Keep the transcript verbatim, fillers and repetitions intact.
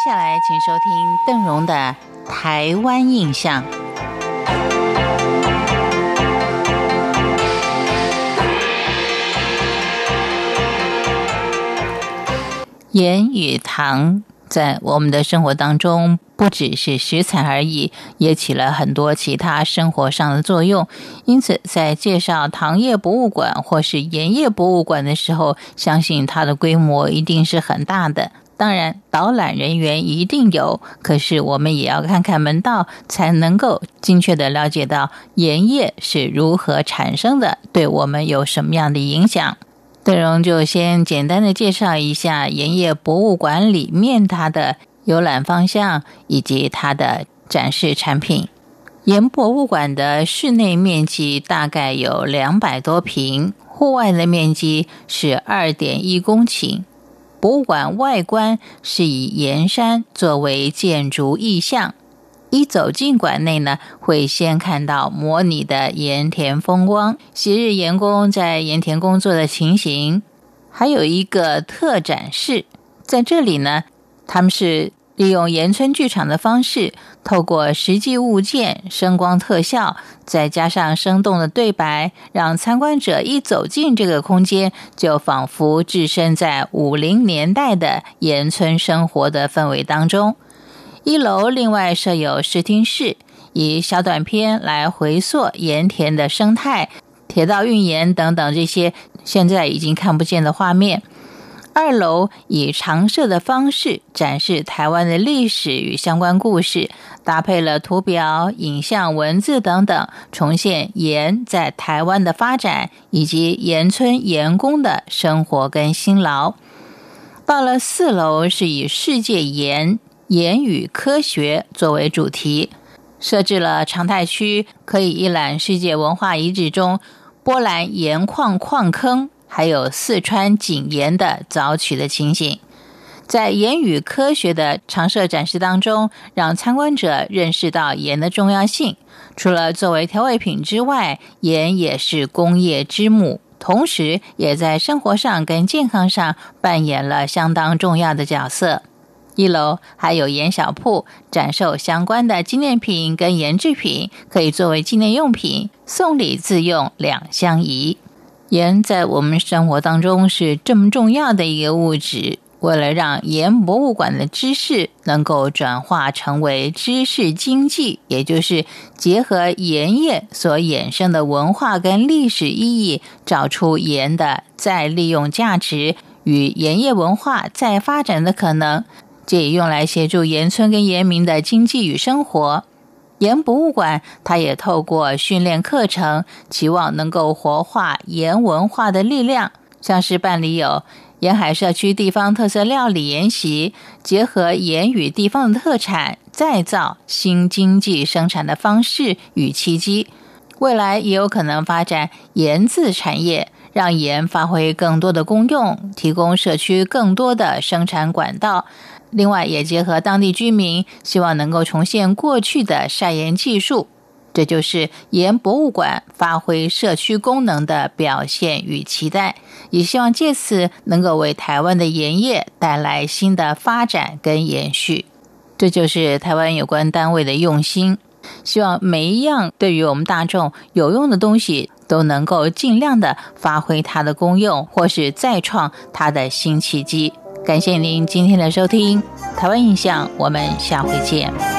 下来请收听邓荣的台湾印象。盐与糖在我们的生活当中不只是食材而已，也起了很多其他生活上的作用。因此在介绍糖业博物馆或是盐业博物馆的时候，相信它的规模一定是很大的。当然导览人员一定有，可是我们也要看看门道，才能够精确的了解到盐业是如何产生的，对我们有什么样的影响。邓荣就先简单的介绍一下盐业博物馆里面它的游览方向以及它的展示产品。盐博物馆的室内面积大概有两百多平，户外的面积是 二点一公顷。博物馆外观是以盐山作为建筑意象，一走进馆内呢，会先看到模拟的盐田风光，昔日盐工在盐田工作的情形，还有一个特展示。在这里呢，他们是利用盐村剧场的方式，透过实际物件、声光特效，再加上生动的对白，让参观者一走进这个空间，就仿佛置身在五零年代的盐村生活的氛围当中。一楼另外设有视听室，以小短片来回溯盐田的生态、铁道运盐等等这些现在已经看不见的画面。二楼以常设的方式展示台湾的历史与相关故事，搭配了图表、影像、文字等等，重现盐在台湾的发展以及盐村盐工的生活跟辛劳。到了四楼是以世界盐盐与科学作为主题，设置了常态区，可以一览世界文化遗址中波兰盐矿矿坑，还有四川井盐的凿取的情形。在盐与科学的常设展示当中，让参观者认识到盐的重要性。除了作为调味品之外，盐也是工业之母，同时也在生活上跟健康上扮演了相当重要的角色。一楼还有盐小铺，展售相关的纪念品跟盐制品，可以作为纪念用品，送礼自用两相宜。盐在我们生活当中是这么重要的一个物质，为了让盐博物馆的知识能够转化成为知识经济，也就是结合盐业所衍生的文化跟历史意义，找出盐的再利用价值与盐业文化再发展的可能，这也用来协助盐村跟盐民的经济与生活。盐博物馆它也透过训练课程，期望能够活化盐文化的力量，像是办理有沿海社区地方特色料理研习，结合盐与地方的特产，再造新经济生产的方式与契机。未来也有可能发展盐渍产业，让盐发挥更多的功用，提供社区更多的生产管道。另外也结合当地居民，希望能够重现过去的晒盐技术。这就是盐博物馆发挥社区功能的表现与期待，也希望借此能够为台湾的盐业带来新的发展跟延续。这就是台湾有关单位的用心，希望每一样对于我们大众有用的东西都能够尽量的发挥它的功用，或是再创它的新契机。感谢您今天的收听，台湾印象，我们下回见。